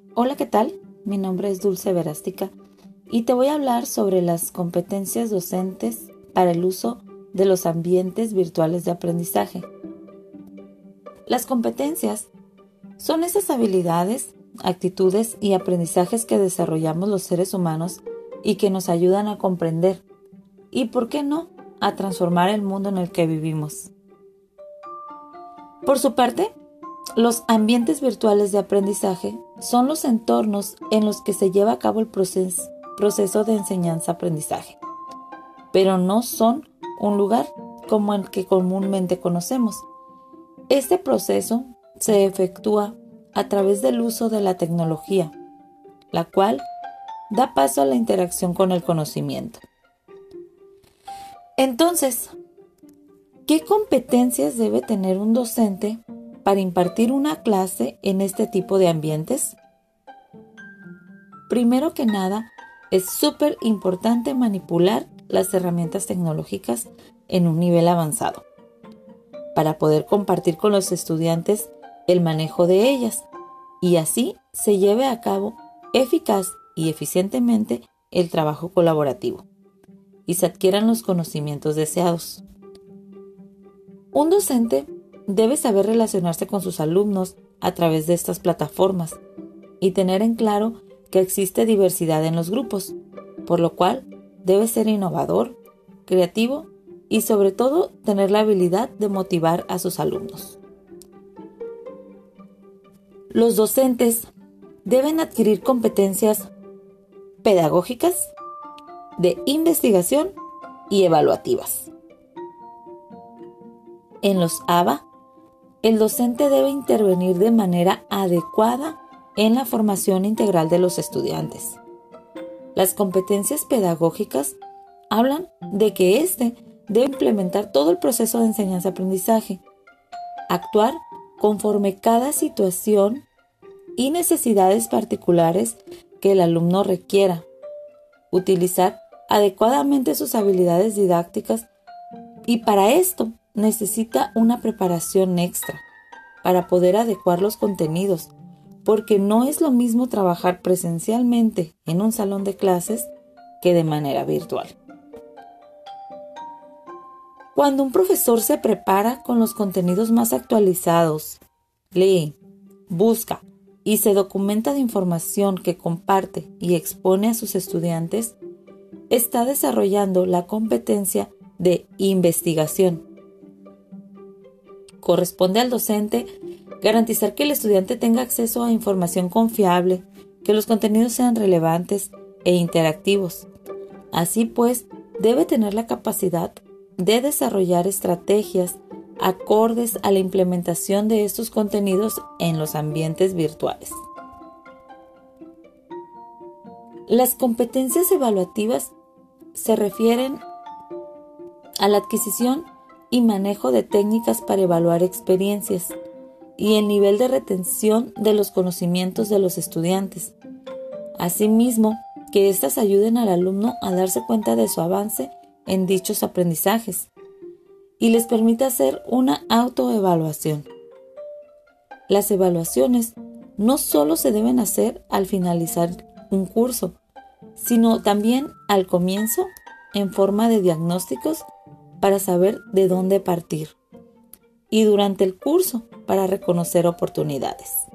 Hola, ¿qué tal? Mi nombre es Dulce Verástica y te voy a hablar sobre las competencias docentes para el uso de los ambientes virtuales de aprendizaje. Las competencias son esas habilidades, actitudes y aprendizajes que desarrollamos los seres humanos y que nos ayudan a comprender y, ¿por qué no?, a transformar el mundo en el que vivimos. Por su parte, los ambientes virtuales de aprendizaje son los entornos en los que se lleva a cabo el proceso de enseñanza-aprendizaje, pero no son un lugar como el que comúnmente conocemos. Este proceso se efectúa a través del uso de la tecnología, la cual da paso a la interacción con el conocimiento. Entonces, ¿qué competencias debe tener un docente para impartir una clase en este tipo de ambientes? Primero que nada, es súper importante manipular las herramientas tecnológicas en un nivel avanzado, para poder compartir con los estudiantes el manejo de ellas y así se lleve a cabo eficaz y eficientemente el trabajo colaborativo y se adquieran los conocimientos deseados. Un docente debe saber relacionarse con sus alumnos a través de estas plataformas y tener en claro que existe diversidad en los grupos, por lo cual debe ser innovador, creativo y sobre todo tener la habilidad de motivar a sus alumnos. Los docentes deben adquirir competencias pedagógicas, de investigación y evaluativas. En los ABA, el docente debe intervenir de manera adecuada en la formación integral de los estudiantes. Las competencias pedagógicas hablan de que éste debe implementar todo el proceso de enseñanza-aprendizaje, actuar conforme cada situación y necesidades particulares que el alumno requiera, utilizar adecuadamente sus habilidades didácticas y para esto necesita una preparación extra para poder adecuar los contenidos, porque no es lo mismo trabajar presencialmente en un salón de clases que de manera virtual. Cuando un profesor se prepara con los contenidos más actualizados, lee, busca y se documenta de información que comparte y expone a sus estudiantes, está desarrollando la competencia de investigación. Corresponde al docente garantizar que el estudiante tenga acceso a información confiable, que los contenidos sean relevantes e interactivos. Así pues, debe tener la capacidad de desarrollar estrategias acordes a la implementación de estos contenidos en los ambientes virtuales. Las competencias evaluativas se refieren a la adquisición y manejo de técnicas para evaluar experiencias y el nivel de retención de los conocimientos de los estudiantes. Asimismo, que éstas ayuden al alumno a darse cuenta de su avance en dichos aprendizajes y les permita hacer una autoevaluación. Las evaluaciones no solo se deben hacer al finalizar un curso, sino también al comienzo en forma de diagnósticos para saber de dónde partir y durante el curso para reconocer oportunidades.